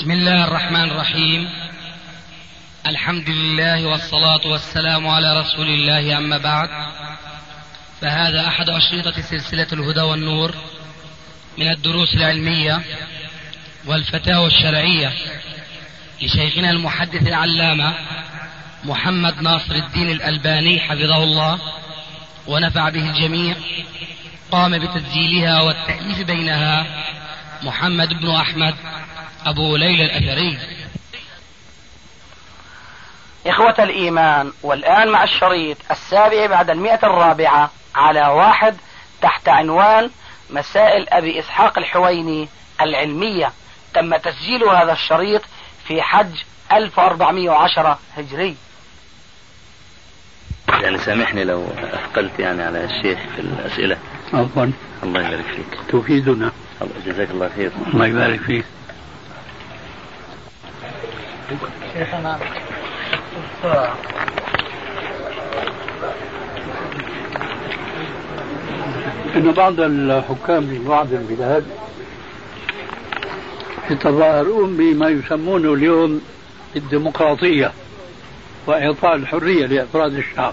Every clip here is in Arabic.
بسم الله الرحمن الرحيم. الحمد لله والصلاة والسلام على رسول الله، أما بعد، فهذا أحد أشرطة سلسلة الهدى والنور من الدروس العلمية والفتاوى الشرعية لشيخنا المحدث العلامة محمد ناصر الدين الألباني حفظه الله ونفع به الجميع. قام بتسجيلها والتأليف بينها محمد بن أحمد أبو ليلى الأثري. إخوة الإيمان، والآن مع الشريط السابع بعد 104 على 1 تحت عنوان مسائل أبي إسحاق الحويني العلمية. تم تسجيل هذا الشريط في حج 1410 هجري. يعني سامحني لو أثقلت على الشيخ في الأسئلة. عفوا. الله يبارك فيك. تفيدنا. جزاك الله خير. الله يبارك فيك. شيخنا إن بعض الحكام في بعض البلاد يتظاهرون بما يسمونه اليوم الديمقراطية وإعطاء الحرية لأفراد الشعب.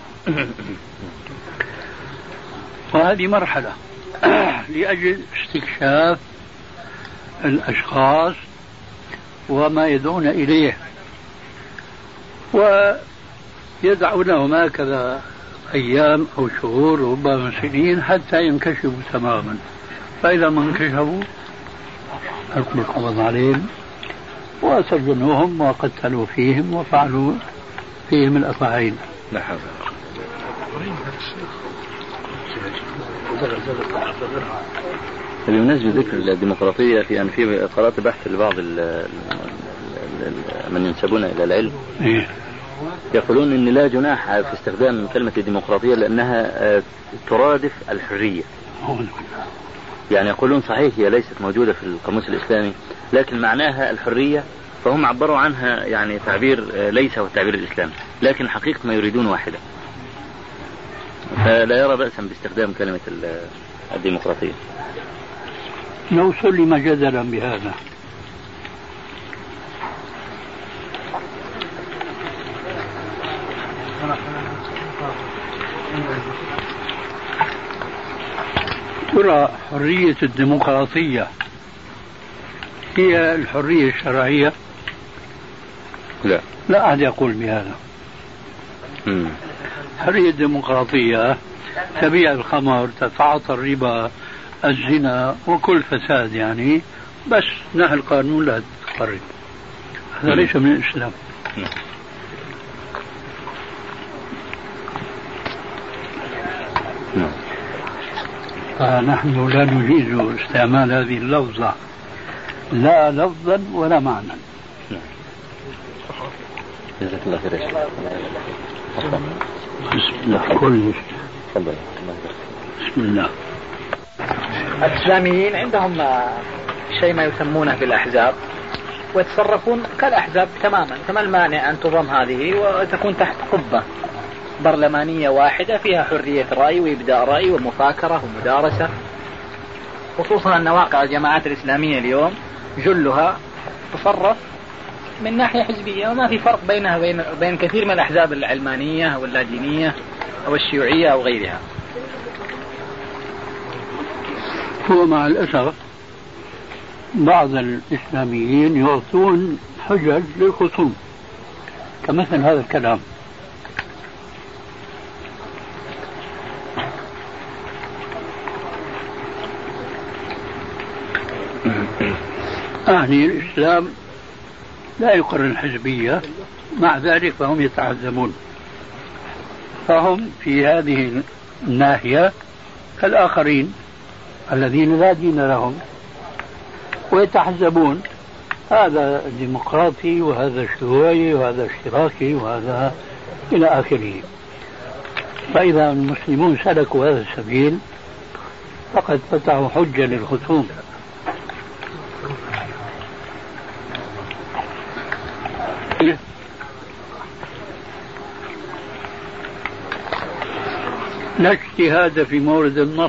وهذه مرحلة لأجل استكشاف الأشخاص وما يدعون إليه، ويدعونهم هكذا أيام أو شهور ربما سنين حتى ينكشفوا تماما. فإذا ما انكشفوا حكم القبض عليهم وسجنوهم وقتلوا فيهم وفعلوا فيهم الأفاعيل. لا حول. بمناسبة ذكر الديمقراطية، في قرأت بحث لبعض من ينسبون إلى العلم يقولون إن لا جناح في استخدام كلمة الديمقراطية لأنها ترادف الحرية. يعني يقولون صحيح هي ليست موجودة في القاموس الإسلامي لكن معناها الحرية، فهم عبروا عنها تعبير ليس هو التعبير الإسلامي، لكن حقيقة ما يريدون واحدة. فلا يرى بأسا باستخدام كلمة الديمقراطية. لو سلم جدلا بهذا. ترى حرية الديمقراطية هي الحرية الشرعية؟ لا أحد يقول بهذا. حرية الديمقراطية تبيع الخمر، تتعاطى الربا، الزنا وكل فساد، بس نحن القانون لا تخرج. هذا ليس من الإسلام. فنحن لا نجيز استعمال هذه اللفظة لا لفظا ولا معنى. جزاك الله خير. بسم الله. كل بسم الله. الإسلاميين عندهم شيء ما يسمونه بالأحزاب، ويتصرفون كالأحزاب تماما. فما المانع أن تضم هذه وتكون تحت قبة برلمانية واحدة فيها حرية رأي وإبداء رأي ومفاكرة ومدارسة، خصوصا أن واقع الجماعات الإسلامية اليوم جلها تصرف من ناحية حزبية، وما في فرق بينها وبين كثير من الأحزاب العلمانية أو اللادينية أو الشيوعية أو غيرها. هو مع الأسف بعض الإسلاميين يعطون حجج للخصوم كمثل هذا الكلام. الإسلام لا يقرر الحزبية، مع ذلك فهم يتعذبون. فهم في هذه الناحية كالآخرين الذين لا دين لهم ويتحزبون، هذا ديمقراطي وهذا شيوعي وهذا اشتراكي وهذا إلى آخره. فإذا المسلمون سلكوا هذا السبيل فقد فتحوا حجة للخصوم. لا اجتهاد في مورد النص.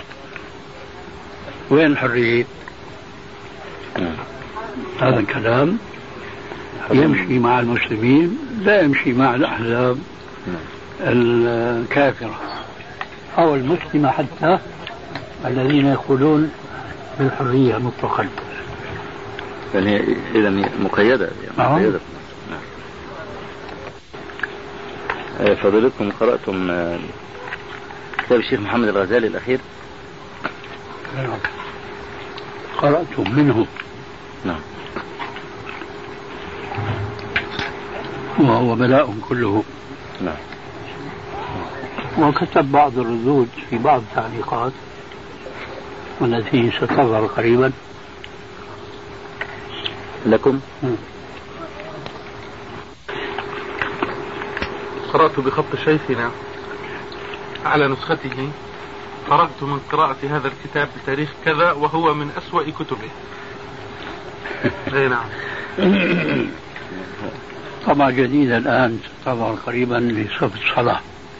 وين الحرية؟ هذا الكلام يمشي مع المسلمين لا يمشي مع الأحزاب الكافرة أو المسلمة حتى الذين يقولون بالحرية مطلقا. يعني إذا مقيدة مقيدة. فضيلتكم قرأتم كتاب الشيخ محمد الغزالي الأخير؟ قرأت منه. نعم. وهو بلاء كله. نعم. وكتب بعض الردود في بعض التعليقات والتي ستظهر قريبا لكم. قرأت بخط شيخنا على نسخته: خرجت من قراءة هذا الكتاب بتاريخ كذا وهو من أسوأ كتبه. أي نعم. طبعا جديدة الآن طبعا قريبا لصف الصلاة.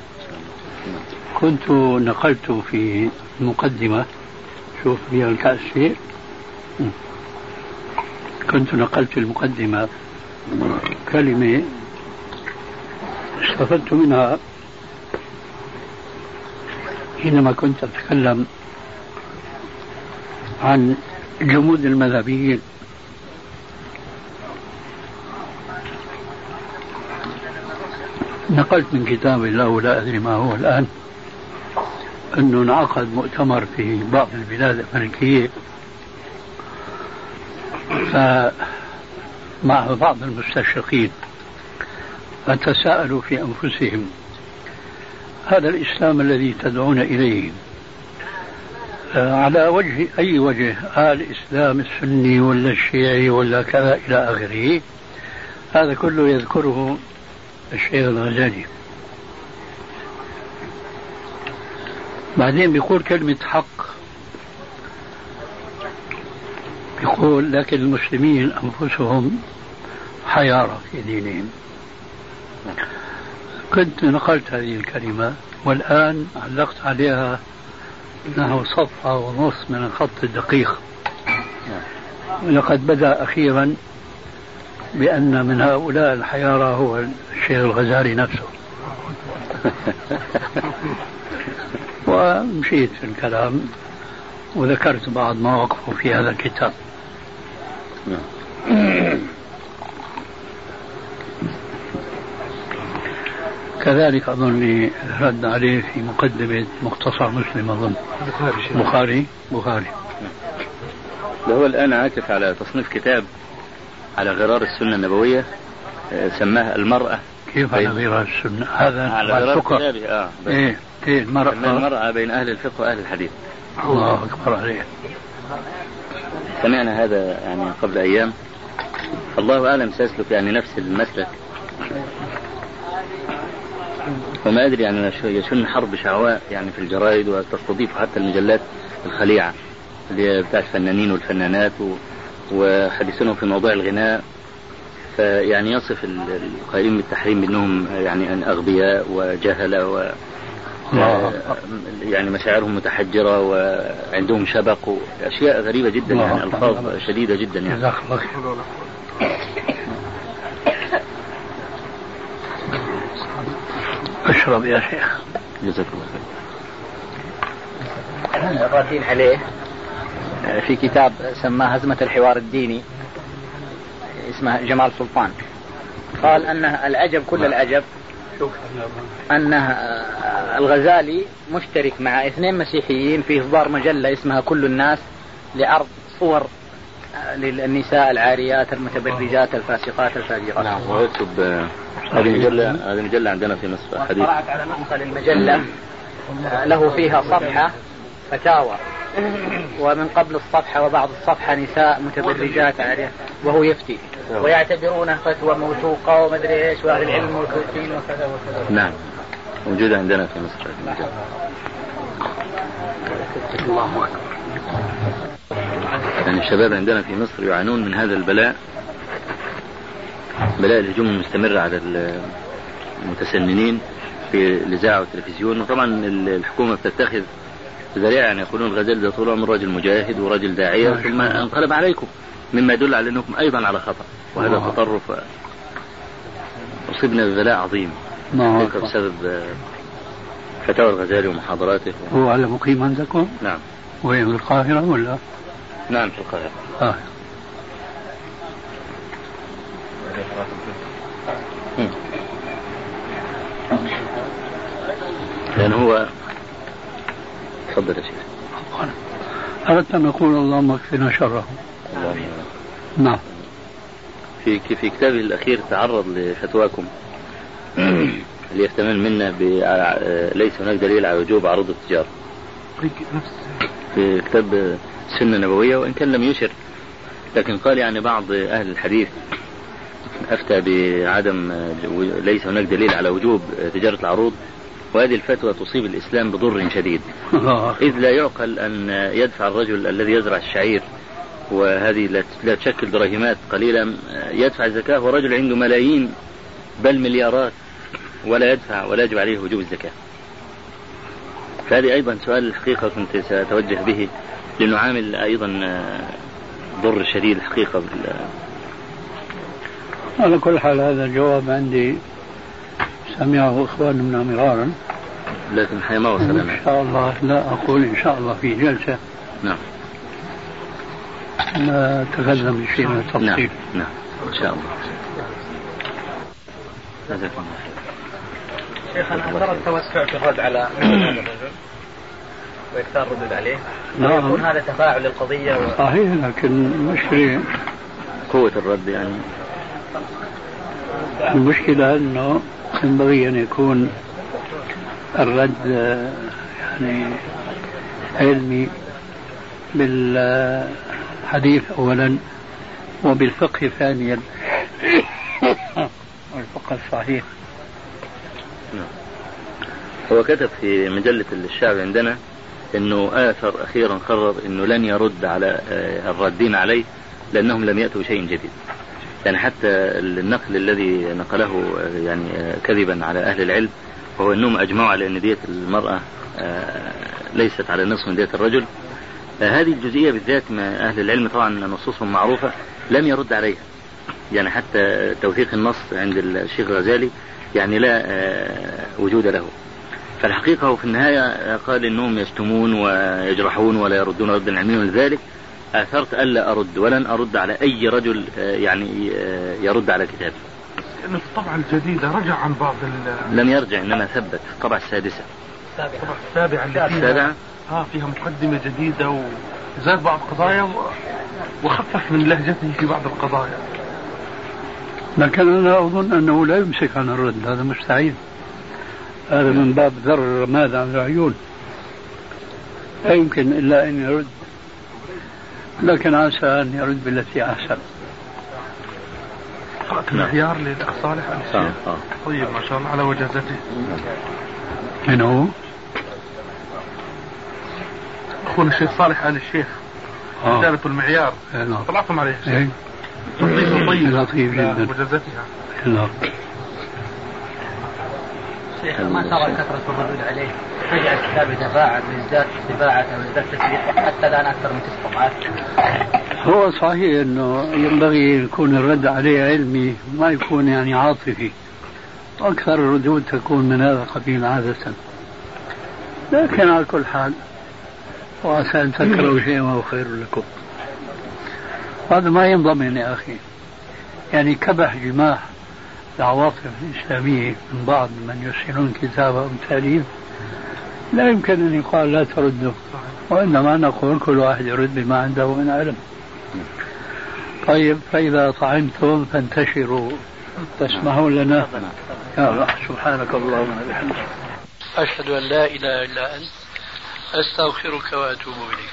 كنت نقلت في المقدمة، شوف فيها الكأس شيء، كنت نقلت في المقدمة كلمة استفدت منها حينما كنت أتكلم عن جمود المذهبيين. نقلت من كتاب له لا أدري ما هو الآن أنه انعقد مؤتمر في بعض البلاد الأمريكية مع بعض المستشرقين، فتساءلوا في أنفسهم: هذا الإسلام الذي تدعون إليه على وجه أي وجه؟ الإسلام السني ولا الشيعي ولا كذا إلى آخره. هذا كله يذكره الشيخ الغزالي. بعدين بيقول كلمة حق، بيقول: لكن المسلمين أنفسهم حيارى في دينهم. كنت نقلت هذه الكلمة والآن علقت عليها نحو صفحة ونص من الخط الدقيق. لقد بدأ أخيرا بأن من هؤلاء الحيارى هو الشيخ الغزالي نفسه. ومشيت في الكلام وذكرت بعض مواقفه في هذا الكتاب. كذلك أظن رد عليه في مقدمة مختصر مسلم، أظن بخاري. هو الآن عاكف على تصنيف كتاب على غرار السنة النبوية، سماه المرأة. كيف على غرار السنة؟ هذا على غرار كتابه. إيه المرأة بين أهل الفقه وأهل الحديث. الله أكبر عليه. سمعنا هذا يعني قبل أيام. الله أعلم سيسلك يعني نفس المسلك، وما أدري يعني يشن حرب شعواء يعني في الجرائد، وتستضيف حتى المجلات الخليعة اللي بتاعت الفنانين والفنانات وحديثونهم في موضوع الغناء، فيعني يصف القائلين بالتحريم بأنهم يعني أغبياء وجهلة يعني مشاعرهم متحجرة وعندهم شبق وأشياء غريبة جدا، يعني ألفاظ شديدة جدا يعني. اشرب يا شيخ. جزاك الله خير. الردين عليه في كتاب سماه هزمة الحوار الديني، اسمه جمال سلطان. قال أنه العجب كل العجب أن الغزالي مشترك مع 2 مسيحيين في إصدار مجلة اسمها كل الناس لعرض صور للنساء العاريات المتبرجات الفاسقات الفاجرات. نعم. ويكتب هذه مجلة عندنا في مصر حديث. قرأت على نسخة للمجلة له فيها صفحة فتاوى، ومن قبل الصفحة وبعض الصفحة نساء متبرجات عاريات وهو يفتي، ويعتبرونه فتوى موثوقة ومدري ايش، واهل العلم والكثير وكذا وكذا. نعم، موجودة عندنا في مصر. الله أكبر. يعني الشباب عندنا في مصر يعانون من هذا البلاء، بلاء الهجوم المستمر على المتسننين في الإذاعة والتلفزيون. وطبعا الحكومة بتتخذ ذريعة أن يقولون الغزالي ده طول عمره رجل مجاهد ورجل داعية ثم انقلب عليكم، مما يدل على أنكم أيضا على خطأ، وهذا تطرف أصبنا ببلاء عظيم بسبب فتاوى الغزالي ومحاضراته. هو على مقيم عندكم؟ نعم. وين، في القاهرة ولا؟ نعم في القاهرة. لأن هو تفضل يا شيخ. أردت أن أقول اللهم اكفنا شره. نعم. في كتابه الأخير تعرض لفتواكم ليحتمل منا ليس هناك دليل على وجوب عروض التجارة في كتاب السنة النبوية، وإن كان لم يشر، لكن قال يعني بعض أهل الحديث أفتى بعدم ليس هناك دليل على وجوب تجارة العروض، وهذه الفتوى تصيب الإسلام بضر شديد، إذ لا يعقل أن يدفع الرجل الذي يزرع الشعير وهذه لا تشكل دراهمات قليلة يدفع الزكاة، ورجل عنده ملايين بل مليارات ولا يدفع ولا يجب عليه وجوب الزكاة. فهذه أيضا سؤال الحقيقة كنت سأتوجه به، لأنه عامل أيضا ضر شديد الحقيقة. على كل حال هذا الجواب عندي سمعه إخواننا مرارا، لكن حي ما وصلنا إن شاء الله. لا أقول إن شاء الله في جلسة نعم نتكلم بشيء من التفصيل. نعم إن شاء الله. جزاكم الله خير. شيخ أنا ترى التوسع في الرد على هذا الرجل وإكثار الردود عليه، يكون هذا تفاعل للقضية صحيح، لكن المشكلة قوة الرد يعني. المشكلة أنه ينبغي أن يكون الرد يعني علمي بالحديث أولا وبالفقه ثانيا والفقه الصحيح. هو كتب في مجلة الشعب عندنا أنه آثر أخيرا قرر أنه لن يرد على الردين عليه لأنهم لم يأتوا بشيء جديد، يعني حتى النقل الذي نقله يعني كذبا على أهل العلم وهو أنهم أجمعوا على أن دية المرأة ليست على نصف من دية الرجل. هذه الجزئية بالذات ما أهل العلم طبعا نصوصهم معروفة لم يرد عليها، يعني حتى توثيق النص عند الشيخ الغزالي يعني لا وجود له. فالحقيقة هو في النهاية قال إنهم يشتمون ويجرحون ولا يردون ردا علميا، ولذلك آثرت ألا أرد ولن أرد على أي رجل يعني يرد على كتابه. لأنه في الطبعة الجديدة رجع عن بعض لم يرجع، إنما ثبت في الطبعة السادسة. السابعة فيها مقدمة جديدة وزاد بعض القضايا وخفف من لهجته في بعض القضايا. لكن أنا أظن أنه لا يمسك عن الرد، هذا مستحيل، هذا من باب ذر الرماد عن العيون، لا يمكن إلا أن يرد، لكن عسى أن يرد بالتي أحسن. قرأت المعيار للأخ صالح آل الشيخ. طيب ما شاء الله على وجازته. من هو؟ أخونا الشيخ صالح آل الشيخ كتابة المعيار. طلعتم عليه شيء لطيف جدا وجازتها. شيخ ما ترى كثرة الردود عليه تجعل الكتاب يتفاعل ويزداد طباعة ويزداد تسليط حتى الآن أكثر من 9 طبعات. هو صحيح أنه ينبغي يكون الرد عليه علمي ما يكون يعني عاطفي، أكثر الردود تكون من هذا القبيل عادة، لكن على كل حال وعسى أن تكرهوا شيئا وهو خير لكم. هذا ما ينضمن يا أخي، يعني كبح جماح العواطف الإسلامية من بعض من يرسلون كتابة أو تأليف لا يمكن أن يقال لا ترده، وإنما نقول كل واحد يرد بما عنده من علم. طيب فإذا طعمتم فانتشروا، تسمحوا لنا؟ يا الله سبحانك اللهم وبحمدك، أشهد أن لا إله إلا أنت، أستغفرك وأتوب إليك.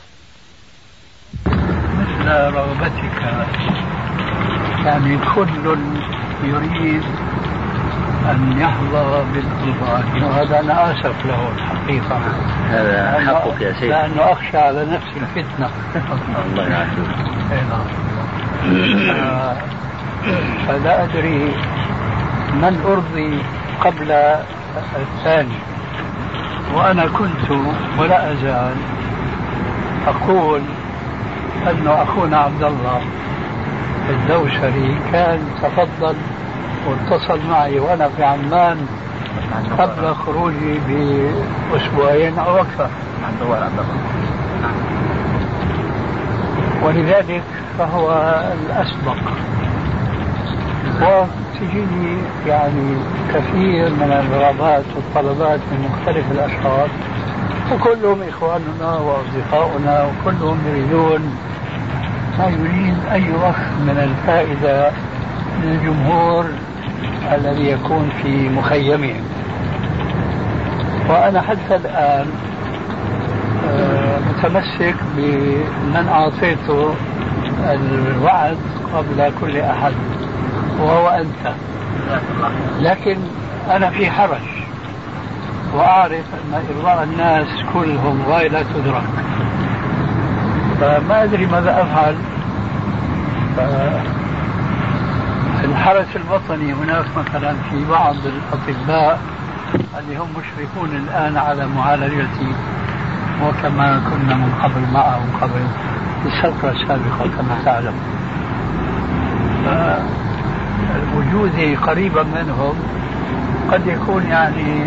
مثل رغبتك، يعني كل يريد أن يحظى بالقرآن، وهذا أنا آسف له الحقيقة، هذا حقك يا سيدي، لأنه أخشى على نفسي الفتنة. الله يعافيك. فلا أدري من أرضي قبل الثاني، وأنا كنت ولا أزال أقول أن أخونا عبد الله الدوسري كان تفضل واتصل معي وأنا في عمان قبل خروجي بأسبوعين أو أكثر، ولذلك فهو الأسبق. وتجيني يعني كثير من الرغبات والطلبات من مختلف الأشخاص، وكلهم إخواننا وأصدقاؤنا، وكلهم يريدون ما يريد أي أخ من الفائدة للجمهور الذي يكون في مخيمهم. وأنا حتى الآن متمسك بمن أعطيته الوعد قبل كل أحد وهو أنت، لكن أنا في حرج وأعرف أن إرضاء الناس كلهم غاية لا تدرك، فما أدري ماذا أفعل. الحرس الوطني هناك مثلا في بعض الأطباء اللي هم مشرفون الآن على معالجتي، وكما كنا من قبل معهم قبل السفرة السابقة كما تعلم، وجودي قريبا منهم قد يكون يعني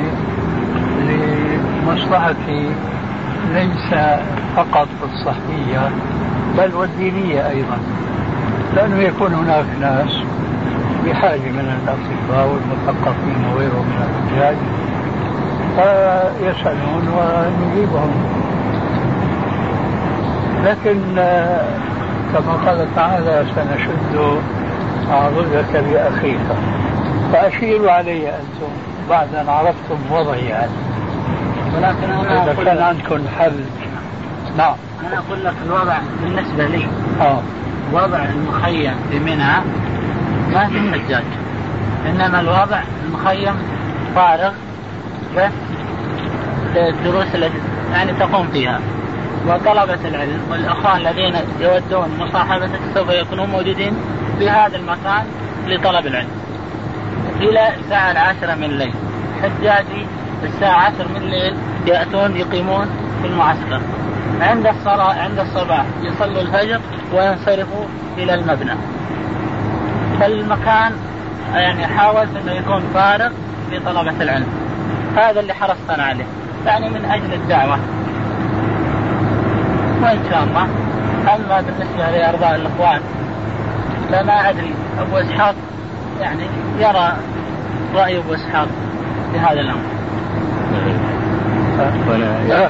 لمصلحتي ليس فقط الصحية بل والدينية أيضا، لأنه يكون هناك ناس بحاجة من الأطباء والمثقفين وغيرهم من الرجال فيسألون ونجيبهم. لكن كما قال تعالى سنشد عضدك بأخيك، فأشيروا علي أنتم بعد أن عرفتم وضعي يعني. ولكن أنا إذا كان عندكم حل. نعم أنا أقول لك الوضع بالنسبة لي وضع المخيم في منى ما في حجاج، إنما الوضع المخيم فارغ بس للدروس التي يعني تقوم فيها، وطلبة العلم والأخوان الذين يودون مصاحبتك سوف يكونون موجودين في هذا المكان لطلب العلم إلى الساعة 10 من الليل. حجاجي الساعة 10 من الليل يأتون يقيمون في المعسكر، عند الصلاة عند الصباح يصلوا الفجر وينصرفوا إلى المبنى. فالمكان يعني حاولت أنه يكون فارغ لطلبة العلم، هذا اللي حرصنا عليه يعني من أجل الدعوة، وإن شاء الله. أما بالنسبة لأرضاء الإخوان فما أدري، أبو إسحاق يعني يرى رأي أبو إسحاق في هذا الأمر. وأنا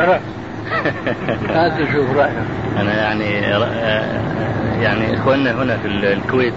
هذا شوف رأيك. أنا يعني إخواننا هنا في الكويت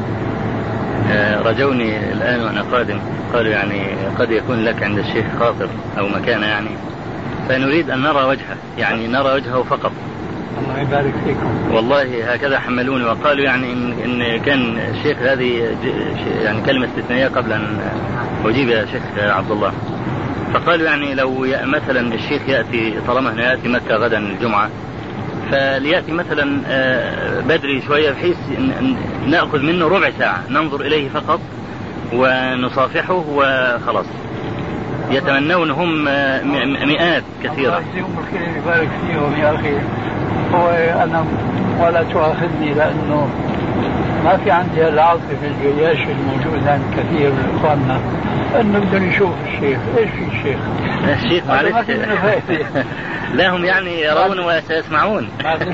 رجوني الآن وأنا قادم، قالوا يعني قد يكون لك عند الشيخ خاطر أو مكانة يعني، فنريد أن نرى وجهه، يعني نرى وجهه فقط. الله يبارك فيكم. والله هكذا حملوني وقالوا يعني إن كان الشيخ هذه يعني كلمة استثنائية قبل أن أجيب يا شيخ عبد الله، فقالوا يعني لو مثلا الشيخ يأتي طالما هنا يأتي مكة غدا الجمعة فليأتي مثلا بدري شوية بحيث نأخذ منه ربع ساعة ننظر إليه فقط ونصافحه وخلاص. يتمنون هم مئات كثيرة. الله يبارك فيهم يا أخي. هو أنا ولا تؤاخذني لأنه ما في عندي العاطفة الجياش الموجود عند كثير من إخواننا أنه بدهم يشوف الشيخ. إيش في الشيخ؟ الشيخ معلش لا هم يعني يرون وسيسمعون.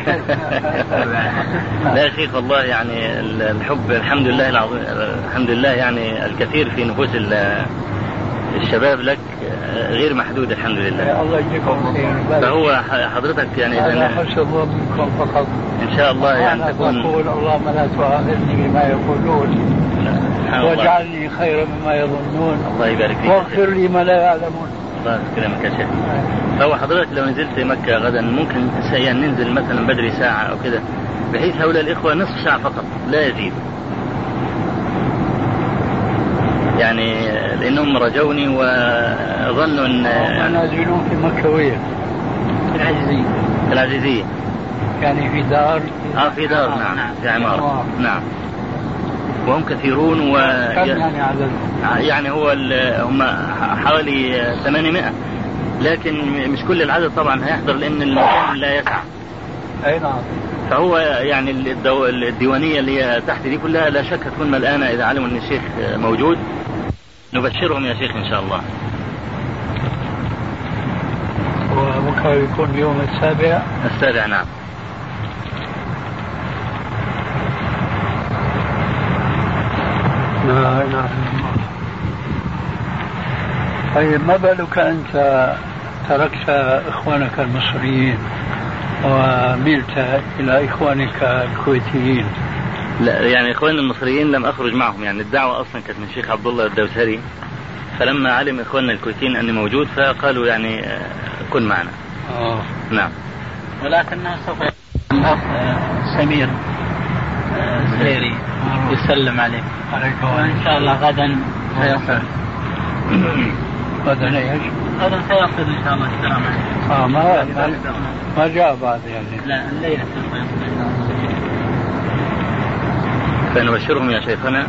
لا شيخ والله يعني الحب الحمد لله العظيم، الحمد لله يعني الكثير في نفوس الشباب لك غير محدود الحمد لله. الله يجزيكم خير. فهو حضرتك يعني أنا حسب منكم فقط إن شاء الله يعني تكون أقول اللهم لا تؤاخذني بما يقولون واجعلني خيرا مما يظنون. الله يبارك فيك. واغفر لي ما لا يعلمون. الله يكرمك يا شيخ. فهو حضرتك لو نزلت مكة غدا ممكن يعني ننزل مثلا بدري ساعة أو كده بحيث هؤلاء الإخوة نصف ساعة فقط لا يزيد، يعني لأنهم رجوني وظنوا أن نازلون في مكوية في العزيزية يعني في دار في دار نعم في عمارة نعم، وهم كثيرون كم يعني عددهم؟ يعني هو هم حوالي 800 لكن مش كل العدد طبعا هيحضر لأن المكان لا يسع. أي نعم. فهو يعني الديوانية اللي هي تحت دي كلها لا شك تكون ملآنة إذا علموا أن الشيخ موجود. نبشرهم يا شيخ إن شاء الله. وبكرة يكون يوم السابع. السابع نعم. نعم. طيب ما بالك أنت تركت إخوانك المصريين وملت إلى إخوانك الكويتيين؟ لا يعني إخواننا المصريين لم أخرج معهم، يعني الدعوة أصلا كانت من الشيخ عبد الله الدوسري، فلما علم إخواننا الكويتيين أني موجود فقالوا يعني كن معنا. نعم. ولكنه سوف الأخ سمير سيري يسلم عليك. وإن شاء الله غدا سيصل. غدا ايش؟ غدا سيصل إن شاء الله. السلام عليكم. ما جاء بعد يعني؟ لا الليلة سوف يصل. فنبشرهم يا شيخنا.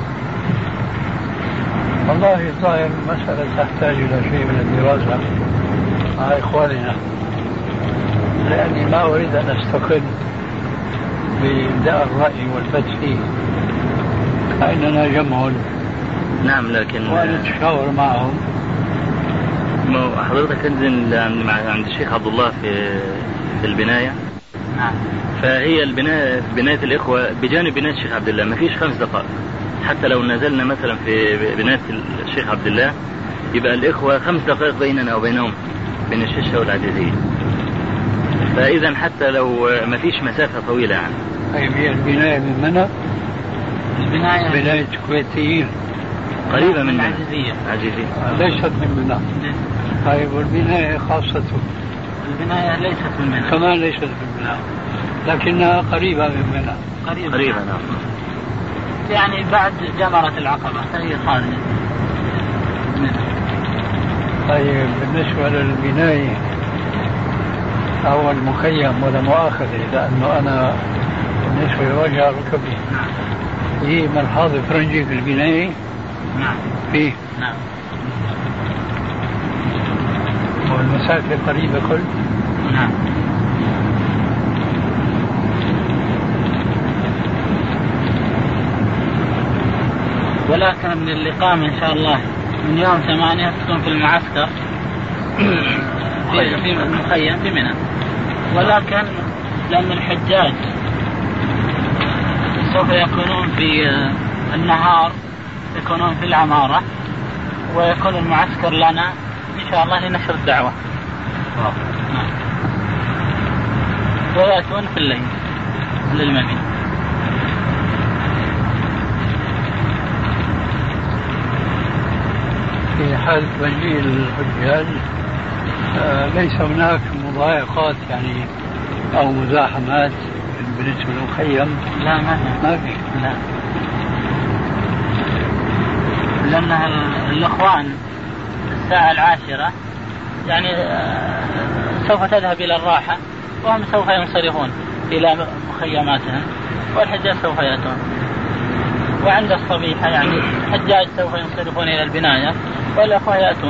والله الظاهر المسألة تحتاج إلى شيء من الدراسة مع إخواننا، لأني ما أريد أن أستقل بإبداء الرأي والبث فيه، فإننا جمع. نعم لكن ونتشاور معهم. حضرتك تنزل عند الشيخ عبد الله في البناية. نعم. فهي بناية الإخوة بجانب بناية الشيخ عبد الله ما فيش 5 دقائق، حتى لو نزلنا مثلا في بناية الشيخ عبد الله يبقى الإخوة 5 دقائق بيننا وبينهم بين الشيشة والعزيزية. فإذا حتى لو ما فيش مسافة طويلة يعني. طيب هي البناية من منى؟ بناية الكويتيين قريبة من العزيزية. ليست من منى. طيب والبناية خاصة؟ البناية ليست من منى. كمان ليست من منى، لكنها قريبة من منى. قريبة نعم. يعني بعد جمرة العقبة فهي خارجة. طيب بالنسبة للبناية أو المخيم ولا مؤاخذة، لأنه أنا بالنسبة لوجه ركبي هي ملحظ فرنجي في البناية. نعم. فيه. نعم. والمسافة قريبة كل. نعم. ولكن من الإقامة إن شاء الله من يوم 8 تكون في المعسكر في المخيم في منى، ولكن لأن الحجاج سوف يكونون في النهار يكونون في العمارة، ويكون المعسكر لنا إن شاء الله لنشر الدعوة. ويأتون في الليل للمبيت. في حال مجيء الحجاج ليس هناك مضايقات يعني أو مزاحمات بالنسبة للمخيم؟ لا ما في. لا، لأن الإخوان الساعة 10 يعني سوف تذهب إلى الراحة، وهم سوف ينصرفون إلى مخيماتهم، والحجاج سوف يأتون. وعند الصبيحة يعني الحجاج سوف ينصرفون إلى البناية والأخوة يأتون.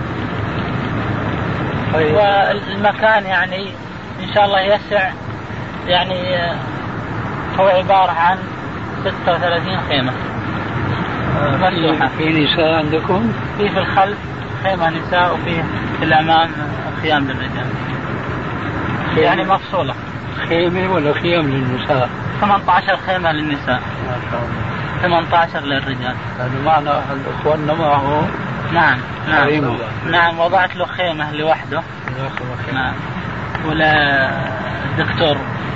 والمكان يعني إن شاء الله يسع، يعني هو عبارة عن 36 خيمة مفتوحة. في نساء عندكم؟ في الخلف خيمة نساء، وفي الأمام خيام للرجال، يعني مفصولة. خيمة ولا خيام للنساء؟ 18 خيمة للنساء، 18 للرجال. يعني معنى الأخوان معه. نعم. نعم وضعت له خيمة لوحده. نعم. ولا الدكتور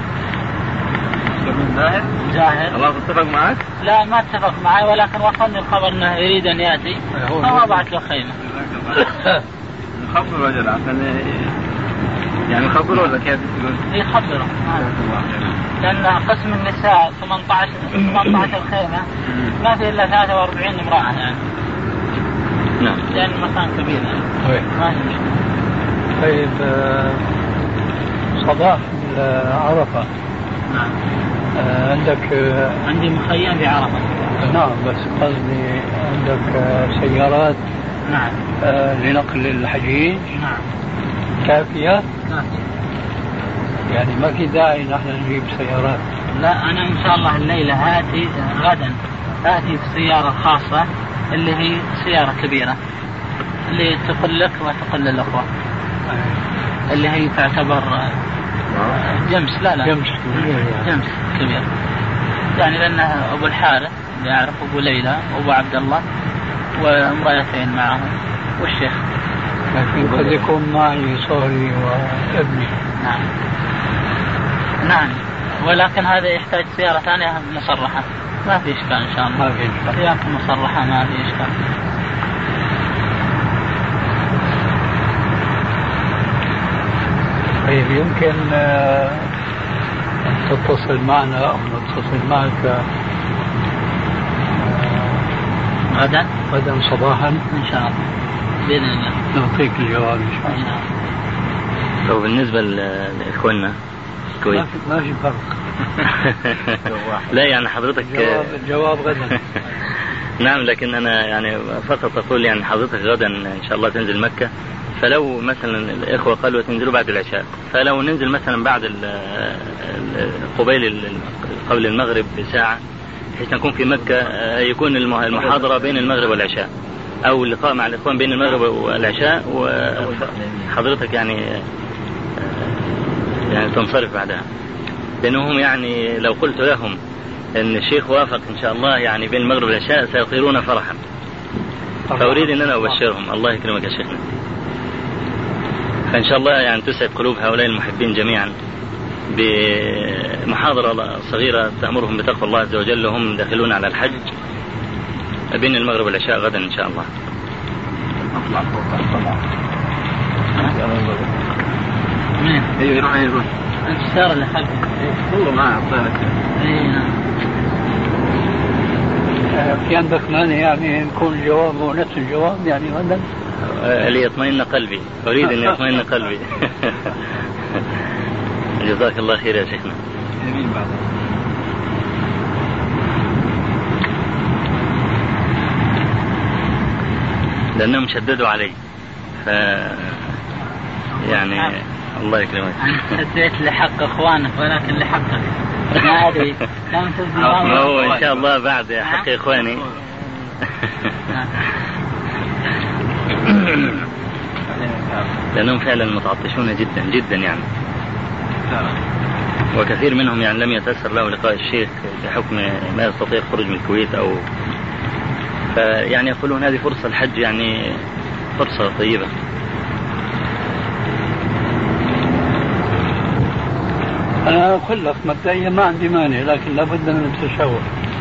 جاهل. الله اتفق معك؟ لا ما اتفق معي، ولكن وصلني الخبر انه يريد ان ياتي فوضعت له خيمة. نخبر رجل عشان يعني نخبره ولا كيف تقول؟ يخبره. لأن قسم النساء 18 خيمة ما في إلا 43 امرأة يعني. نعم. لأن المكان كبير يعني. طيب صباح عرفة. نعم. عندك؟ عندي مخيم في عرفة. نعم، بس قصدي عندك سيارات نعم. لنقل الحجيج. نعم. كافية؟ كافية. يعني ما في داعي نحن نجيب سيارات. لا، أنا إن شاء الله الليلة غدا آتي بسيارة خاصة اللي هي سيارة كبيرة اللي تقل لك وتقل للأخوة، اللي هي تعتبر جمس. لا جمس كبير يعني، لأنها أبو الحارث اللي أعرف، أبو ليلى وأبو عبد الله وامرأتين معهم والشيخ. لكن قد يكون معي صهري وابني. نعم، ولكن هذا يحتاج سيارة ثانية مصرحة. ما في إشكال إن شاء الله. ما في إشكال. سيارة مصرحة ما في إشكال. طيب، يمكن أن تتصل معنا أو نتصل معك غدا صباحا إن شاء الله بإذن الله، نعطيك الجواب إن شاء الله. وبالنسبة لإخواننا الكويت ما في فرق. لا يعني حضرتك الجواب غدا. نعم، لكن أنا يعني فقط أقول يعني حضرتك غدا إن شاء الله تنزل مكة، فلو مثلا الإخوة قالوا تنزلوا بعد العشاء، فلو ننزل مثلا بعد قبل المغرب بساعة، بحيث نكون في مكة يكون المحاضرة بين المغرب والعشاء، أو اللقاء مع الإخوان بين المغرب والعشاء، وحضرتك يعني تنصرف بعدها، لأنهم يعني لو قلت لهم أن الشيخ وافق إن شاء الله يعني بين المغرب والعشاء سيطيرون فرحا، فأريد أن أنا أبشرهم. الله يكرمك يا شيخنا. فإن شاء الله يعني تسعد قلوب هؤلاء المحبين جميعا بمحاضرة صغيرة تأمرهم بتقوى الله عز وجل، وهم داخلون على الحج بين المغرب والعشاء غدا إن شاء الله. يروح السيارة اللي خلفه والله ما أعطانك. في عندك مانع يعني يكون الجواب هو نفس الجواب يعني غدا؟ ليطمئن قلبي، أريد أن يطمئن قلبي. جزاك الله خير يا شيخنا. لأنهم شددوا علي، يعني الله يكرمك. أديت لحق إخوانك ولكن لحقك ما أدري. ما هو إن شاء الله بعد حق إخواني. لأنهم فعلا متعطشون جدا جدا يعني، وكثير منهم يعني لم يتأثر له لقاء الشيخ بحكم ما يستطيع الخروج من الكويت، أو فيعني يقولون هذه فرصة الحج، يعني فرصة طيبة. أنا أقول لك مبدئيا ما عندي مانع، لكن لابد من التشاور.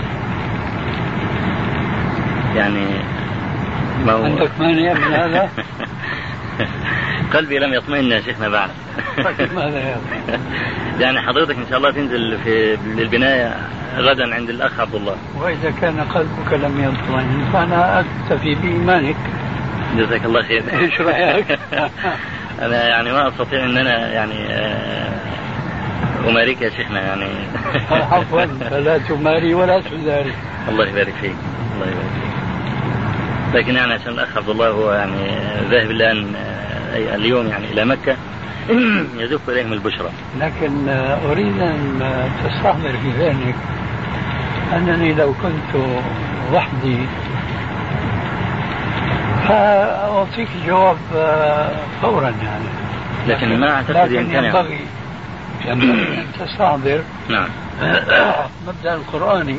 يعني ما هو عندك مانع من هذا؟ قلبي لم يطمئن يا شيخنا بعد. ماذا يعني حضرتك إن شاء الله تنزل في البناية غدا عند الأخ عبد الله، وإذا كان قلبك لم يطمئن فأنا أكتفي بإيمانك. جزاك الله خير. إيش رأيك؟ أنا يعني ما أستطيع أن أنا يعني أماريك يا شيخنا يعني. عفوا، فلا تماري ولا تزاري. الله يبارك فيك، الله يبارك فيك. لكن يعني عشان الأخ عبد الله هو يعني ذاهب الآن اليوم يعني إلى مكة، يزف إليهم البشرى. لكن أريد أن تستحضر في ذهنك أنني لو كنت وحدي فأعطيك الجواب فورا يعني، لكن ما أعتقد يمكن ينبغي أن تستحضر نعم مبدأ القرآني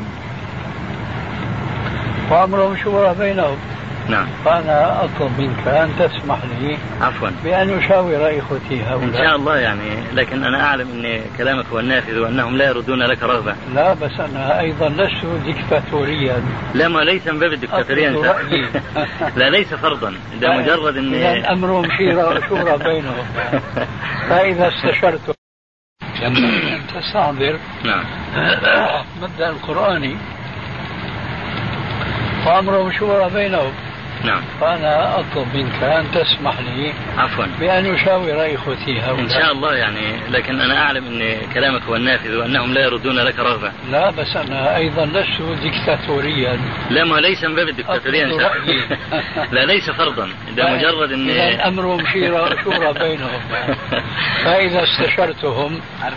وأمرهم شورى بينهم. نعم. فأنا أطلب منك أن تسمح لي عفوا بأن أشاور إخوتي هؤلاء إن شاء الله يعني، لكن أنا أعلم أن كلامك هو النافذ وأنهم لا يردون لك رغبة. لا، بس أنا أيضا لست ديكتاتوريا. لا، ما ليس من باب الديكتاتورية أنت. لا، ليس فرضا، ده مجرد أن أمرهم شورى بينهم. فإذا استشرت ينبغي أن تستحضر نعم مبدأ القرآني وأمرهم شورى بينهم. نعم. فأنا أطلب منك أن تسمح لي عفوا بأن أشاور إخوتي هؤلاء. إن شاء الله يعني، لكن أنا أعلم أن كلامك هو النافذ وأنهم لا يردون لك رغبة. لا بس أنا أيضا لست ديكتاتوريا. لا، ما ليس من باب الدكتاتورية إن شاء الله. لا، ليس فرضا، ده مجرد أن أمرهم شورى بينهم. فإذا استشرتهم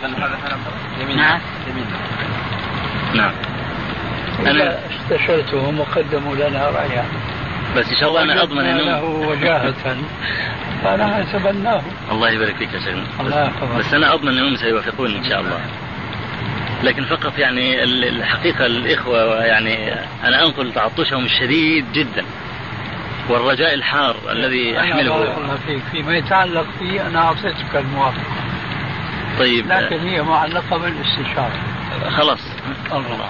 نعم إذا استشرتهم وقدموا لنا رأيا، بس إن شاء الله أنا أضمن أنه له وجاهة فأنا أتبناه. الله يبارك فيك يا شيخنا. بس أنا أضمن أنهم سيوافقون إن شاء الله. لكن فقط يعني الحقيقة الإخوة يعني أنا أنقل تعطشهم الشديد جدا والرجاء الحار الذي أحمله. فيما يتعلق فيه أنا أعطيتك الموافقة. طيب، لكن هي معلقة بالاستشارة. خلاص الله.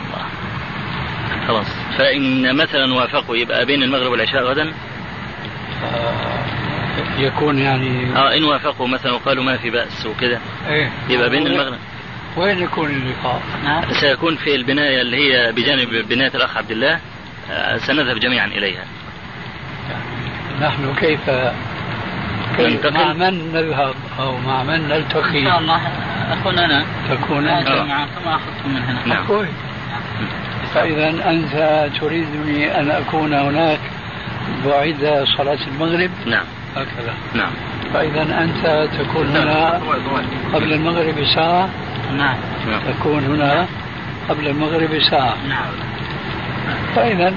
خلاص، فإن مثلا وافقوا يبقى بين المغرب والعشاء غدا. يكون يعني إن وافقوا مثلا وقالوا ما في بأس وكده، يبقى بين المغرب. وين يكون اللقاء؟ سيكون في البناية اللي هي بجانب بناية الأخ عبد الله، سنذهب جميعا إليها. نحن كيف مع من نذهب أو مع من نلتقي؟ إن شاء الله أكون أنا. تكون أنت معكم أخذكم من هنا. نعم. فإذا أنت تريدني أن أكون هناك بعد صلاة المغرب؟ نعم. هكذا. نعم. فإذا أنت تكون هنا قبل المغرب ساعة؟ نعم. تكون هنا قبل المغرب ساعة. نعم. فإذا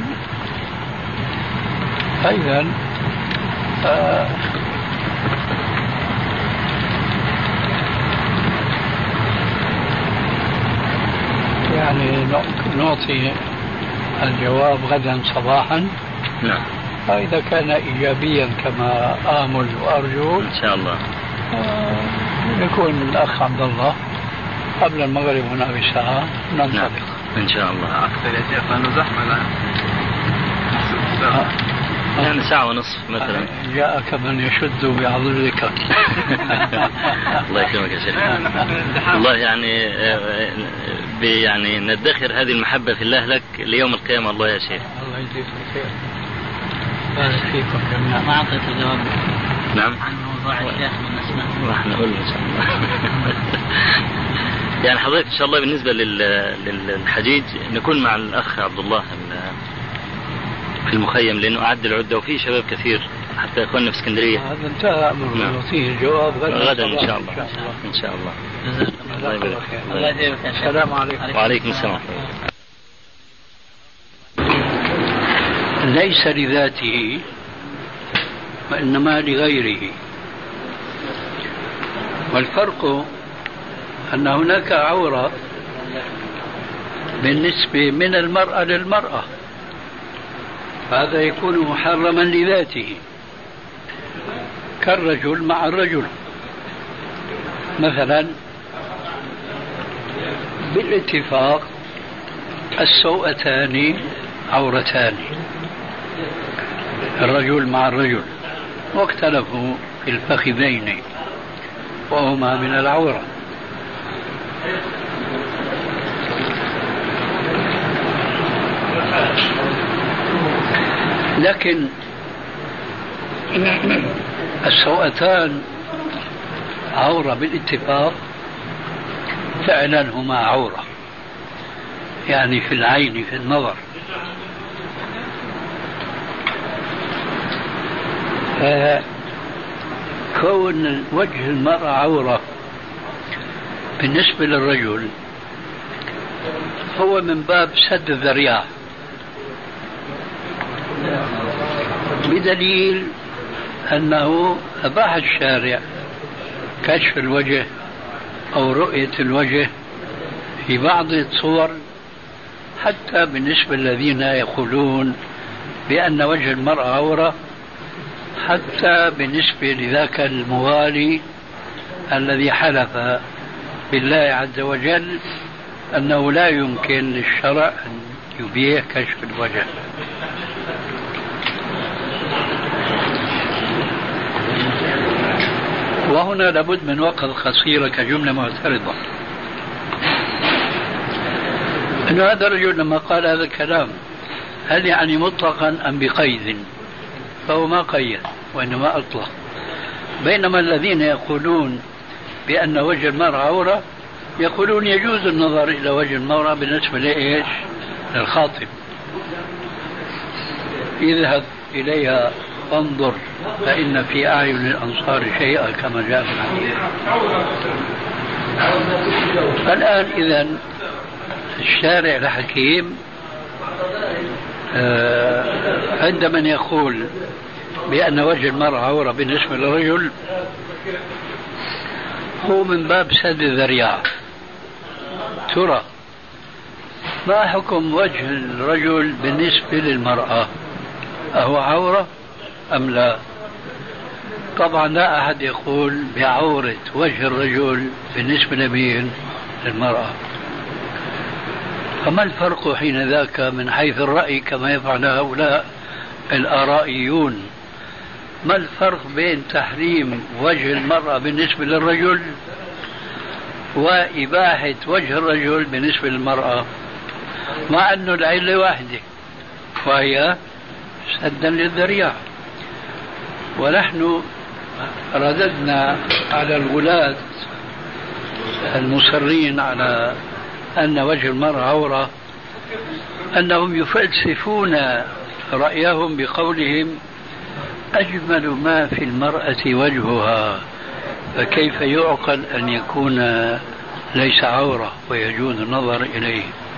يعني نعطي الجواب غدا صباحا. نعم. فإذا كان إيجابيا كما آمل وأرجو إن شاء الله يكون الأخ عبد الله قبل المغرب هنا بساعة ننطلق. نعم. إن شاء الله. أكثر يا شيخ لأنه زحمة الآن. يعني ساعة ونصف مثلا. جاءك من يشد بعضلك. الله يكرمك يا شيخ. الله يعني ندخر هذه المحبة في الله لك ليوم القيامة. الله يا شيخ. الله يجزيك الخير. بارك فيكم جميعا. ما أعطيت الجواب. نعم. عن موضوع الشيخ من اسمه. راح نقول إن شاء الله. يعني حضرتك إن شاء الله بالنسبة للحجيج نكون مع الأخ عبد الله في المخيم، لأنه أعد العدة وفيه شباب كثير حتى يكون في اسكندرية. هذا انتهى أمره. نعطيه الجواب غدا إن شاء الله. إن شاء الله. الله يبارك فيك. الله يجزيك. السلام عليكم. وعليكم السلام. ليس لذاته وإنما لغيره. والفرق أن هناك عورة بالنسبة من المرأة للمرأة، هذا يكون محرما لذاته كالرجل مع الرجل. مثلا بالاتفاق السوءتان عورتان، الرجل مع الرجل، واختلفوا في الفخذين وهما من العورة. لكن السوءتان عورة بالاتفاق، فعلا هما عورة يعني في العين في النظر. كون وجه المرأة عورة بالنسبة للرجل هو من باب سد الذريعة، بدليل أنه أباح الشارع كشف الوجه أو رؤية الوجه في بعض الصور، حتى بالنسبة للذين يقولون بأن وجه المرأة عورة، حتى بالنسبة لذاك الموالي الذي حلف بالله عز وجل أنه لا يمكن للشرع أن يبيح كشف الوجه. وهنا لابد من وقت قصيرة كجملة معترضة، أن هذا الرجل لما قال هذا الكلام هل يعني مطلقا أم بقيد؟ فهو ما قيد وإنما أطلق. بينما الذين يقولون بأن وجه المرأة عورة يقولون يجوز النظر إلى وجه المرأة بالنسبة لإيش؟ للخاطب. اذهب إليها فانظر فإن في أعين الأنصار شيئا كما جاء في الحديث. الآن إذن الشارع الحكيم عند من يقول بأن وجه المرأة عورة بالنسبة للرجل هو من باب سد الذريعة. ترى ما حكم وجه الرجل بالنسبة للمرأة؟ أهو عورة أم لا؟ طبعا لا أحد يقول بعورة وجه الرجل بالنسبة للمرأة. فما الفرق حين ذاك من حيث الرأي كما يفعل هؤلاء الآرائيون؟ ما الفرق بين تحريم وجه المرأة بالنسبة للرجل وإباحة وجه الرجل بالنسبة للمرأة؟ مع أن العلة واحدة وهي سدا للذريعة. ونحن رددنا على الغلاة المصرين على أن وجه المرأة عورة أنهم يفلسفون رأيهم بقولهم أجمل ما في المرأة وجهها، فكيف يعقل أن يكون ليس عورة ويجوز النظر إليه؟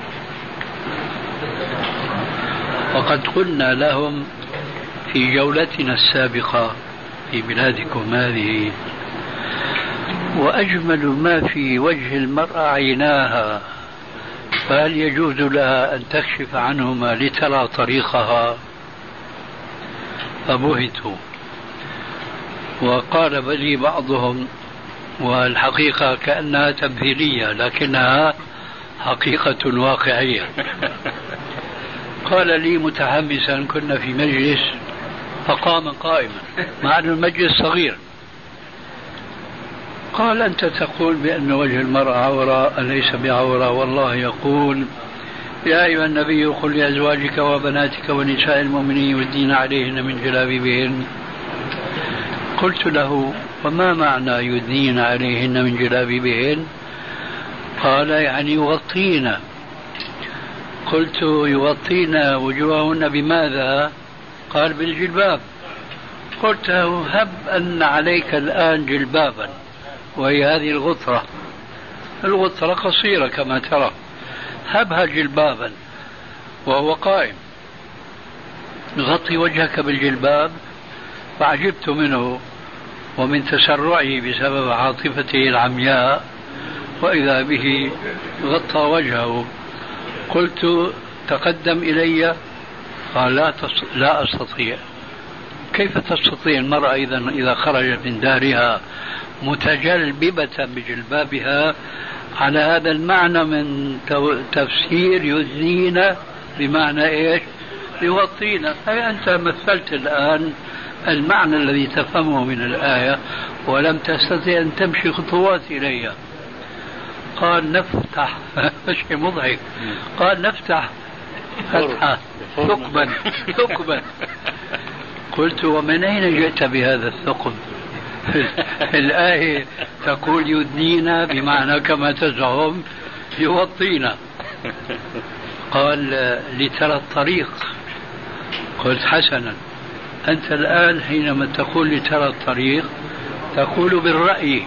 وقد قلنا لهم في جولتنا السابقة في بلادكم هذه وأجمل ما في وجه المرأة عيناها، فهل يجوز لها أن تكشف عنهما لترى طريقها؟ فبهتوا. وقال بلي بعضهم والحقيقة كأنها تمثيلية لكنها حقيقة واقعية. قال لي متحمسا كنا في مجلس فقام قائما مع أن المجلس صغير قال أنت تقول بأن وجه المرأة عورة أليس بعورة؟ والله يقول يا أيها النبي قل لأزواجك وبناتك ونساء المؤمنين يدين عليهن من جلابيبهن. قلت له وما معنى يدين عليهن من جلابيبهن؟ قال يعني يغطين. قلت يغطين وجوههن بماذا؟ قال بالجلباب. قلت له هب أن عليك الآن جلبابا وهي هذه الغطرة قصيرة كما ترى، هبها جلبابا وهو قائم غطي وجهك بالجلباب. فعجبت منه ومن تسرعه بسبب عاطفته العمياء وإذا به غطى وجهه. قلت تقدم إلي. قال لا أستطيع. كيف تستطيع المرأة إذا خرجت من دارها متجلببة بجلبابها على هذا المعنى من تفسير يدنين بمعنى إيش؟ يغطينا. أي أنت مثلت الآن المعنى الذي تفهمه من الآية ولم تستطيع أن تمشي خطوات إليها. قال نفتح شيء مضحك. قال نفتح فتحة ثقبا. قلت ومن أين جئت بهذا الثقب؟ الآية تقول يدنينا بمعنى كما تزعم يوطينا. قال لترى الطريق. قلت حسنا، أنت الآن حينما تقول لترى الطريق تقول بالرأي،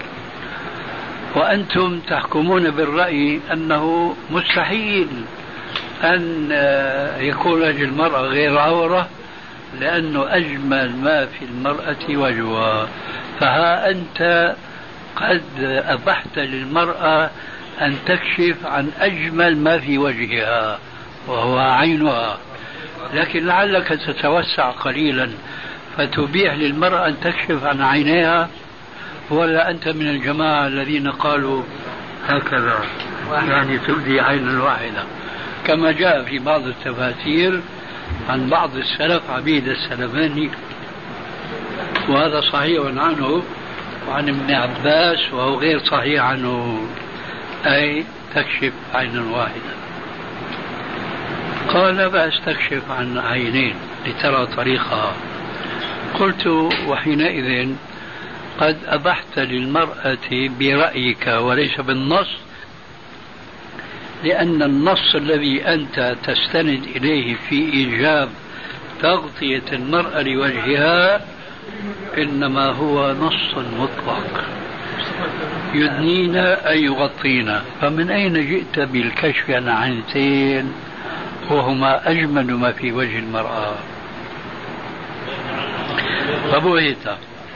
وأنتم تحكمون بالرأي أنه مستحيل أن يكون وجه المرأة غير عورة لأنه أجمل ما في المرأة وجهها. فها أنت قد أبحت للمرأة أن تكشف عن أجمل ما في وجهها وهو عينها، لكن لعلك تتوسع قليلا فتبيح للمرأة أن تكشف عن عينيها. ولا أنت من الجماعة الذين قالوا هكذا يعني تبدي عين واحدة كما جاء في بعض التفاسير عن بعض السلف عبيد السلماني، وهذا صحيح عنه وعن ابن عباس وهو غير صحيح عنه، أي تكشف عين واحدة. قال بأس تكشف عن عينين لترى طريقها. قلت وحينئذ قد أبحت للمرأة برأيك وليس بالنص، لأن النص الذي أنت تستند إليه في إيجاب تغطية المرأة لوجهها إنما هو نص مطلق يدنينا أن يغطينا. فمن أين جئت بالكشف عن عينتين وهما أجمل ما في وجه المرأة؟ فبهت.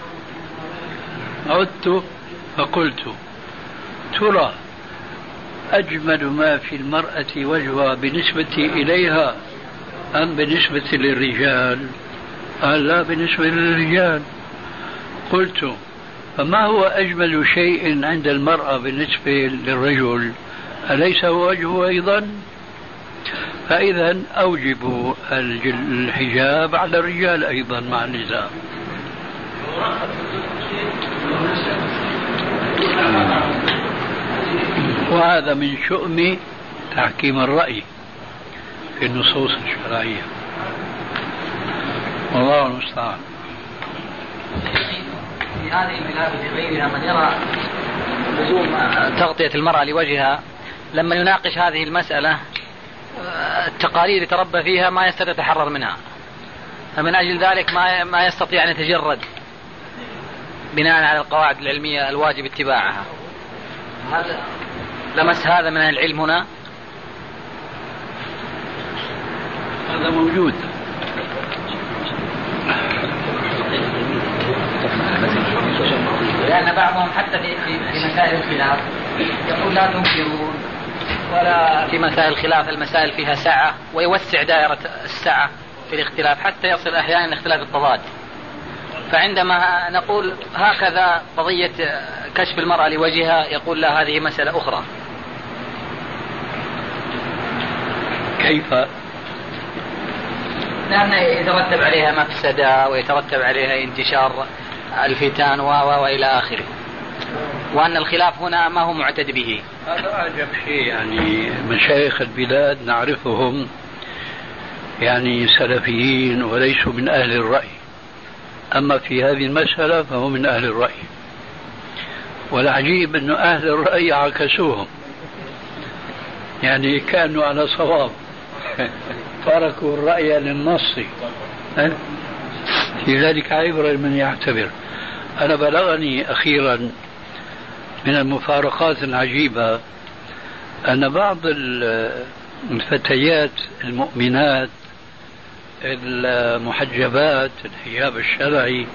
عدت فقلت ترى أجمل ما في المرأة وجهها بالنسبة إليها أم بالنسبة للرجال؟ قال لا، بالنسبة للرجال. قلت فما هو أجمل شيء عند المرأة بالنسبة للرجل؟ أليس هو وجهه أيضا؟ فإذا أوجب الحجاب على الرجال أيضا مع النساء. وهذا من شؤم تحكيم الرأي في النصوص الشرعية، والله المستعان. في هذه البلاد وفي غيرها من يرى لزوم تغطية المرأة لوجهها لما يناقش هذه المسألة التقاليد يتربى فيها ما يستطيع يتحرر منها، فمن أجل ذلك ما يستطيع أن يتجرد بناء على القواعد العلمية الواجب اتباعها. هذا لمس هذا من العلم هنا؟ هذا موجود. لأن بعضهم حتى في مسائل الخلاف يقول لا تنكرون، ولا في مسائل الخلاف المسائل فيها سعة، ويوسع دائرة السعة في الاختلاف حتى يصل أحيانا اختلاف التضاد. فعندما نقول هكذا قضية كشف المرأة لوجهها يقول لا، هذه مسألة أخرى. كيف؟ لأن يترتب عليها مفسدة ويترتب عليها انتشار الفتن وإلى آخره، وأن الخلاف هنا ما هو معتد به. هذا أعجب شيء، يعني مشايخ البلاد نعرفهم يعني سلفيين وليسوا من أهل الرأي، أما في هذه المسألة فهو من أهل الرأي. والعجيب أن أهل الرأي عكسوهم، يعني كانوا على صواب تركوا الرأي للنص. في ذلك عبرة لمن يعتبر. أنا بلغني أخيرا من المفارقات العجيبة أن بعض الفتيات المؤمنات المحجبات الحجاب الشرعي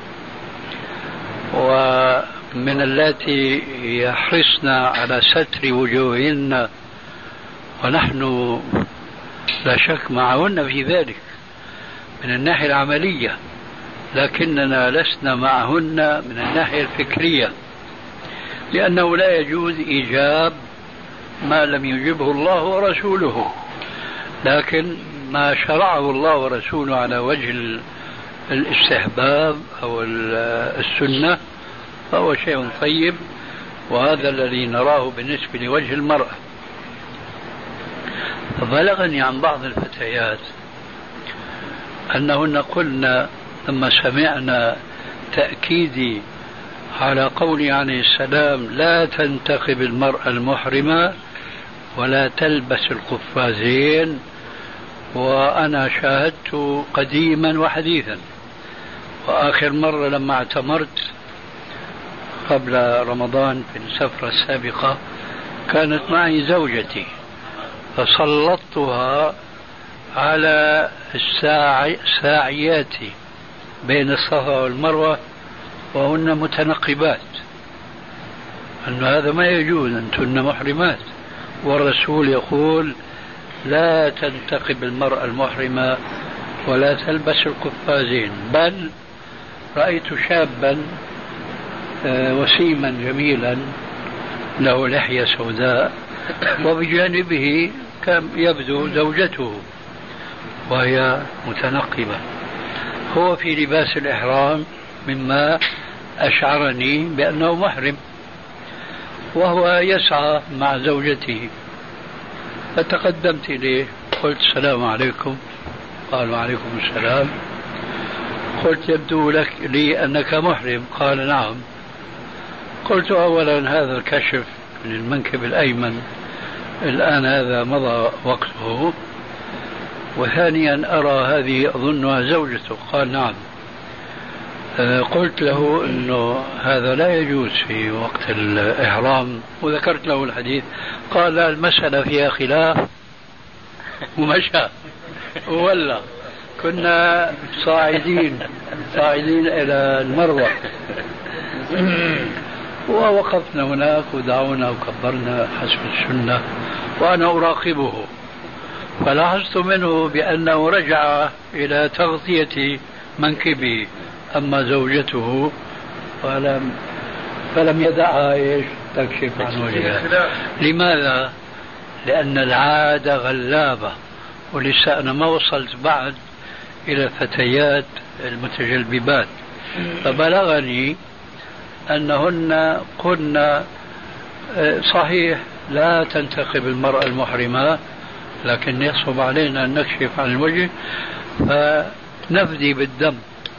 ومن اللاتي يحرصن على ستر وجوههن، ونحن لا شك معهن في ذلك من الناحية العملية، لكننا لسنا معهن من الناحية الفكرية، لأنه لا يجوز إيجاب ما لم يجبه الله ورسوله، لكن ما شرعه الله ورسوله على وجه الاستحباب أو السنة فهو شيء طيب، وهذا الذي نراه بالنسبة لوجه المرأة. فبلغني عن بعض الفتيات أنهن قلنا لما سمعنا تأكيدي على قول عليه السلام لا تنتقب المرأة المحرمة ولا تلبس القفازين، وأنا شاهدت قديما وحديثا، وآخر مرة لما اعتمرت قبل رمضان في السفرة السابقة كانت معي زوجتي، فسلطتها على الساعيات بين الصفا والمروة وهن متنقبات، أن هذا ما يجوز، أنتن محرمات، والرسول يقول لا تنتقب المرأة المحرمة ولا تلبس القفازين. بل رأيت شابا وسيما جميلا له لحية سوداء وبجانبه كان يبدو زوجته وهي متنقبة، هو في لباس الإحرام مما أشعرني بأنه محرم، وهو يسعى مع زوجته. فتقدمت إليه قلت السلام عليكم، قال وعليكم السلام، قلت يبدو لك لي أنك محرم. قال نعم. قلت أولا هذا الكشف من المنكب الأيمن الآن هذا مضى وقته، وثانيا أرى هذه أظنها زوجته. قال نعم. قلت له أنه هذا لا يجوز في وقت الإحرام، وذكرت له الحديث. قال لا، المسألة فيها خلاف، ومشى ولا كنا صاعدين إلى المروة، ووقفنا هناك ودعونا وكبرنا حسب السنة، وأنا أراقبه، فلاحظت منه بأنه رجع إلى تغطية منكبه. أما زوجته فلم يدعها تكشف عن وجهها. لماذا؟ لأن العادة غلابة، ولسه أنا ما وصلت بعد إلى الفتيات المتجلببات، فبلغني أنهن قلنا صحيح لا تنتقب المرأة المحرمة، لكن يصعب علينا أن نكشف عن الوجه فنفدي بالدم.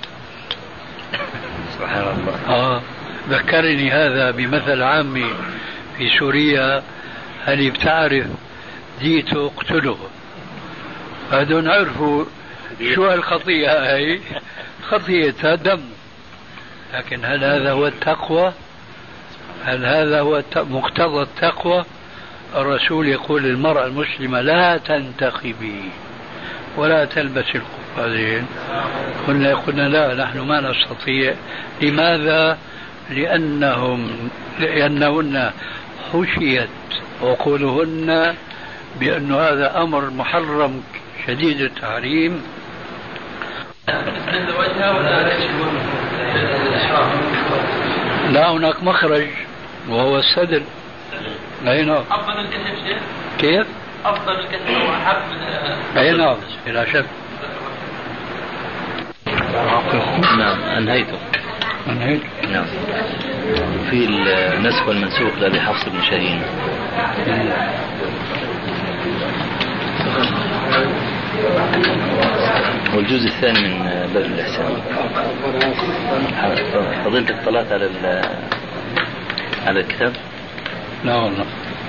سبحان الله. ذكرني هذا بمثل عامي في سوريا: هل بتعرف ديته اقتله. هذول عرفوا شو الخطيئة هي، خطيئتها دم. لكن هل هذا هو التقوى؟ هل هذا هو مقتضى التقوى؟ الرسول يقول للمرأة المسلمة لا تنتقبي ولا تلبس القفازين. قلنا لا، نحن ما نستطيع. لماذا؟ لأنهن حشيت عقولهن بأن هذا أمر محرم شديد التحريم. لا، هناك مخرج وهو السدل. أين أفضل الكشف شيء؟ كيف؟ أفضل الكشف وأحب أين بلا شك. نعم أنهيته. نعم. في النسخ والمنسوخ لأبي حفص بن شاهين. والجزء الثاني من باب الإحسان. فضيلتك اطلعت على الكتاب؟ لا والله.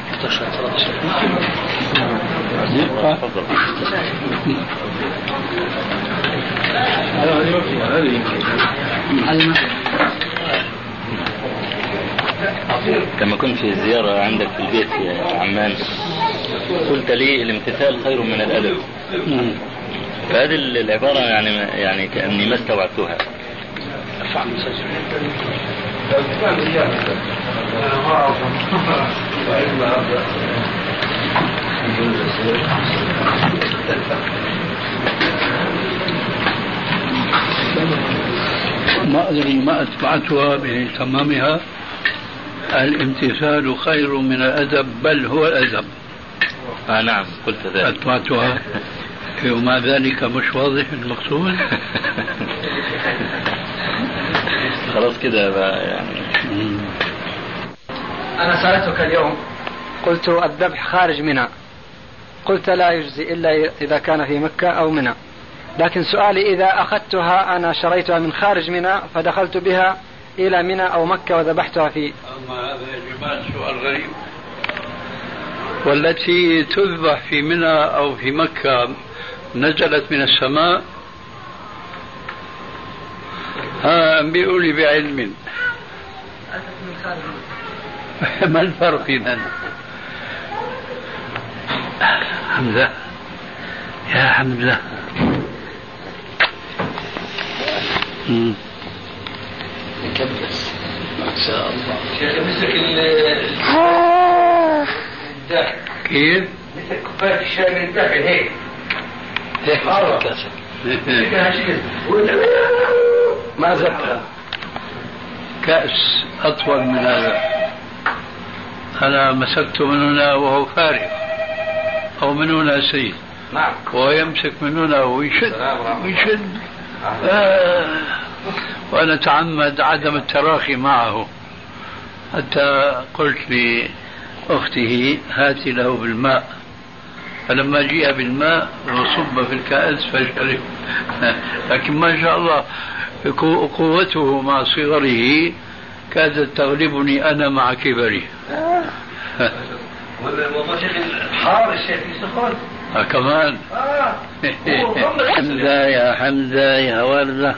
لما كنت في الزيارة عندك في البيت في عمان قلت لي الامتثال خير من الأدب. فهذه العبارة يعني كأني ما استوعبتها. ما أدري ما أتبعتها بتمامها. الامتثال خير من الأدب، بل هو الأدب. نعم قلت ذلك. أتبعتها وما ذلك مش واضح المقصود. خلاص كده يعني. أنا سألتك اليوم قلت الذبح خارج منى، قلت لا يجزي إلا إذا كان في مكة أو منى. لكن سؤالي إذا أخذتها أنا شريتها من خارج منى فدخلت بها إلى منى أو مكة وذبحتها في. أما هذا يا جماعة سؤال غريب. والتي تذبح في منى أو في مكة نزلت من السماء؟ أنبئوا لي بعلم. ما الفرق إذن؟ حمزة يا حمزة. كبس ما شاء الله. كيف؟ مثل كوباية الشاي من الداخل هيك. هيك كاسة. ما زبطها. كأس أطول من هذا. أنا مسكت من هنا وهو فارغ، أو من هنا سيد. نعم. وهو يمسك من هنا ويشد. وأنا تعمد عدم التراخي معه، حتى قلت لأخته هاتي له بالماء فلما جيء بالماء وصب في الكأس فشرب. لكن ما شاء الله قوته مع صغره كادت تغلبني أنا مع كبري. والله شيخ الحار الشيخ سخن كمان. حمزة يا حمزة يا وردة.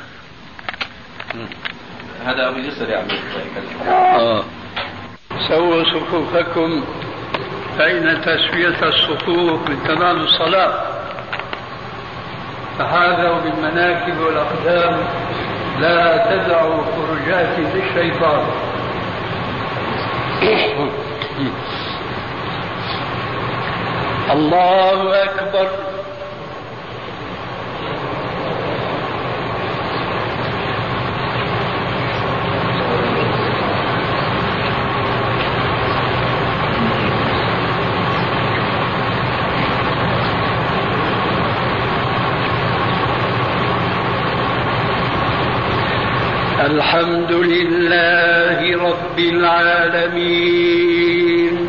هذا أبو يسر يا عم. سووا صفوفكم فإن تسوية الصفوف من تمام الصلاة. فهذا بالمناكب والأقدام لا تدعوا خروجات للشيطان. الله أكبر. الحمد لله رب العالمين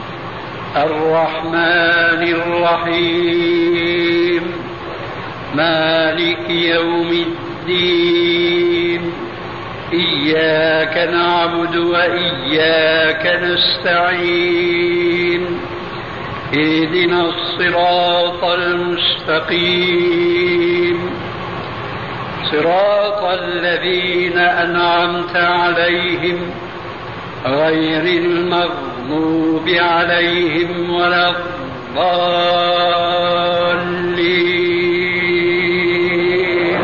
الرحمن الرحيم مالك يوم الدين إياك نعبد وإياك نستعين اهدنا الصراط المستقيم صراط الذين أنعمت عليهم غير المغضوب عليهم ولا الضالين.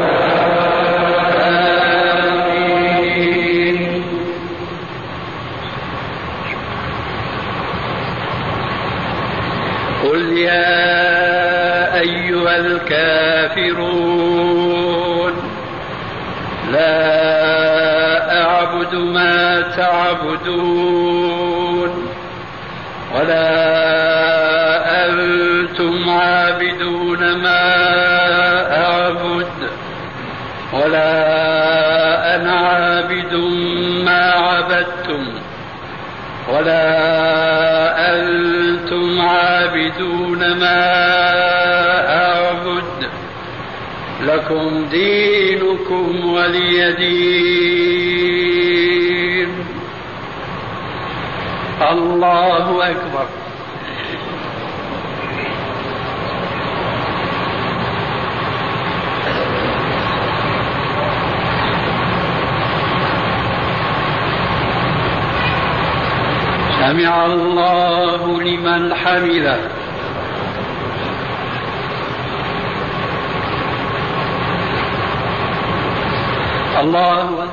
آمين. قل يا أيها الكافرون لا أعبد ما تعبدون ولا أنتم عابدون ما أعبد ولا أنا عابد ما عبدتم ولا أنتم عابدون ما أعبد لكم دينكم ولي دين. الله أكبر. سمع الله لمن حمده. الله أكبر.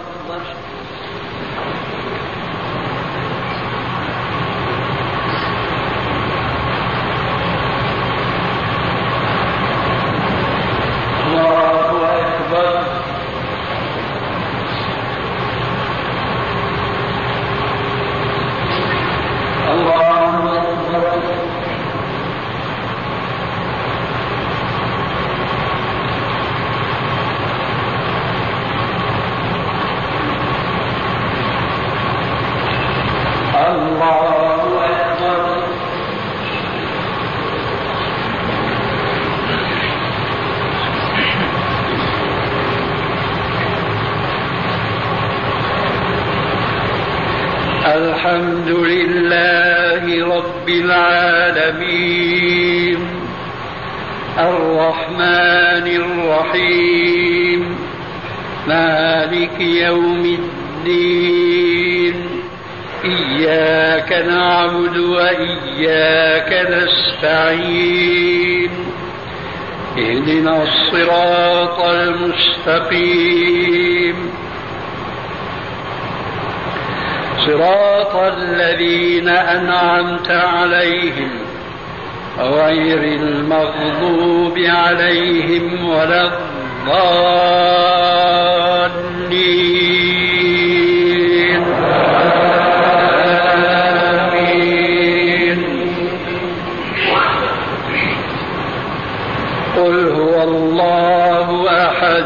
الله أكبر. الحمد لله رب العالمين الرحمن الرحيم مالك يوم الدين إياك نعبد وإياك نستعين اهدنا الصراط المستقيم صراط الذين أنعمت عليهم غير المغضوب عليهم ولا الضالين. آمين. قل هو الله أحد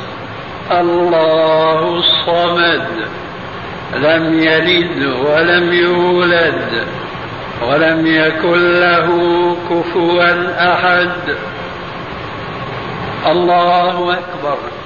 الله الصمد لم يلد ولم يولد ولم يكن له كفوا أحد. الله أكبر.